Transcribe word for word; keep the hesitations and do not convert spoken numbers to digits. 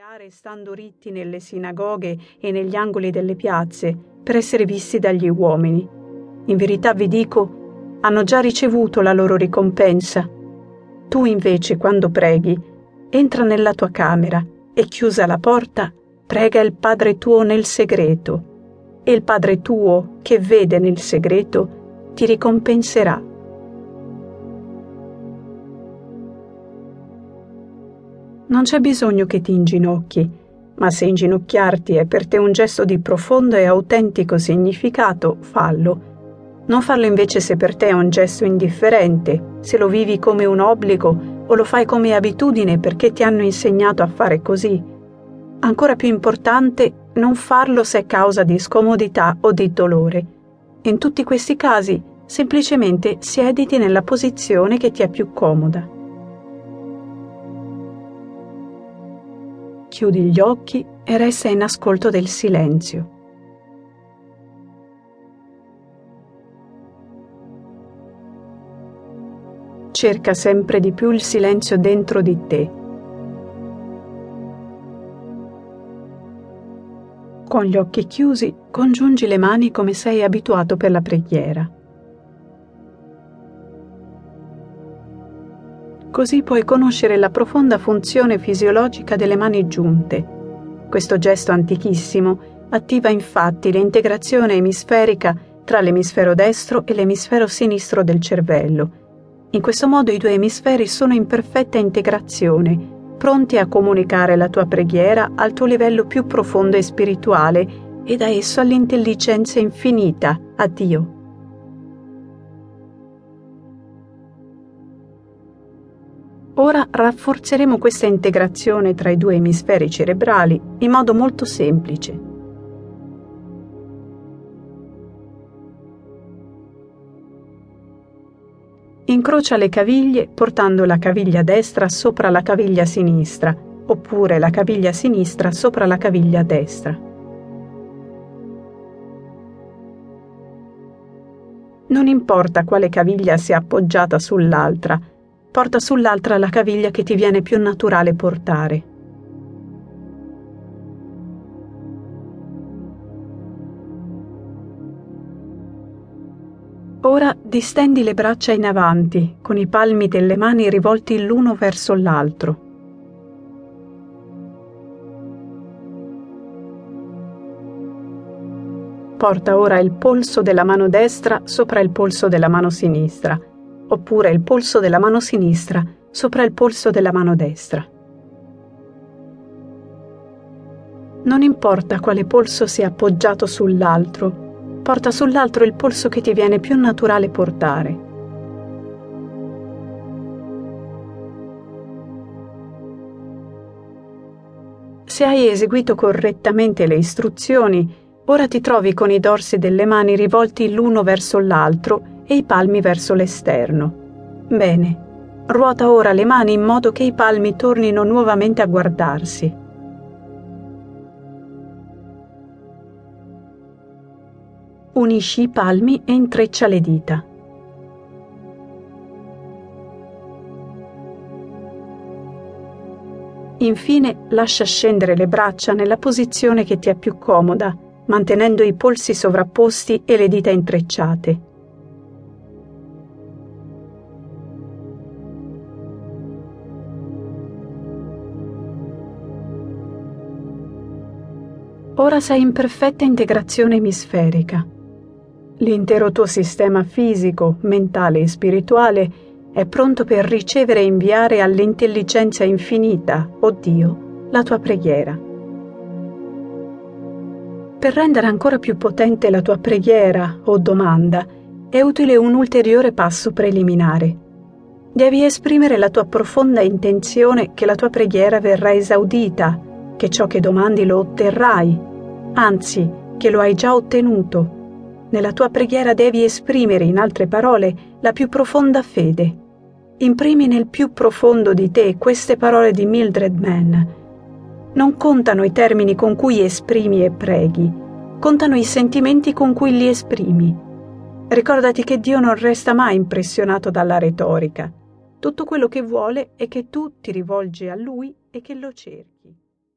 pregare stando ritti nelle sinagoghe e negli angoli delle piazze per essere visti dagli uomini. In verità vi dico, hanno già ricevuto la loro ricompensa. Tu invece, quando preghi, entra nella tua camera e chiusa la porta, prega il Padre tuo nel segreto, e il Padre tuo che vede nel segreto ti ricompenserà. Non c'è bisogno che ti inginocchi, ma se inginocchiarti è per te un gesto di profondo e autentico significato, fallo. Non farlo invece se per te è un gesto indifferente, se lo vivi come un obbligo o lo fai come abitudine perché ti hanno insegnato a fare così. Ancora più importante, non farlo se è causa di scomodità o di dolore. In tutti questi casi, semplicemente siediti nella posizione che ti è più comoda. Chiudi gli occhi e resta in ascolto del silenzio. Cerca sempre di più il silenzio dentro di te. Con gli occhi chiusi, congiungi le mani come sei abituato per la preghiera. Così puoi conoscere la profonda funzione fisiologica delle mani giunte. Questo gesto antichissimo attiva infatti l'integrazione emisferica tra l'emisfero destro e l'emisfero sinistro del cervello. In questo modo i due emisferi sono in perfetta integrazione, pronti a comunicare la tua preghiera al tuo livello più profondo e spirituale e da esso all'intelligenza infinita, a Dio. Ora rafforzeremo questa integrazione tra i due emisferi cerebrali in modo molto semplice. Incrocia le caviglie portando la caviglia destra sopra la caviglia sinistra, oppure la caviglia sinistra sopra la caviglia destra. Non importa quale caviglia sia appoggiata sull'altra, porta sull'altra la caviglia che ti viene più naturale portare. Ora distendi le braccia in avanti, con i palmi delle mani rivolti l'uno verso l'altro. Porta ora il polso della mano destra sopra il polso della mano sinistra, oppure il polso della mano sinistra sopra il polso della mano destra. Non importa quale polso sia appoggiato sull'altro, porta sull'altro il polso che ti viene più naturale portare. Se hai eseguito correttamente le istruzioni, ora ti trovi con i dorsi delle mani rivolti l'uno verso l'altro e i palmi verso l'esterno. Bene, ruota ora le mani in modo che i palmi tornino nuovamente a guardarsi. Unisci i palmi e intreccia le dita. Infine lascia scendere le braccia nella posizione che ti è più comoda, mantenendo i polsi sovrapposti e le dita intrecciate. Ora sei in perfetta integrazione emisferica. L'intero tuo sistema fisico, mentale e spirituale è pronto per ricevere e inviare all'intelligenza infinita, o Dio, la tua preghiera. Per rendere ancora più potente la tua preghiera o domanda, è utile un ulteriore passo preliminare. Devi esprimere la tua profonda intenzione che la tua preghiera verrà esaudita, che ciò che domandi lo otterrai, anzi, che lo hai già ottenuto. Nella tua preghiera devi esprimere, in altre parole, la più profonda fede. Imprimi nel più profondo di te queste parole di Mildred Mann. Non contano i termini con cui esprimi e preghi, contano i sentimenti con cui li esprimi. Ricordati che Dio non resta mai impressionato dalla retorica. Tutto quello che vuole è che tu ti rivolgi a Lui e che lo cerchi.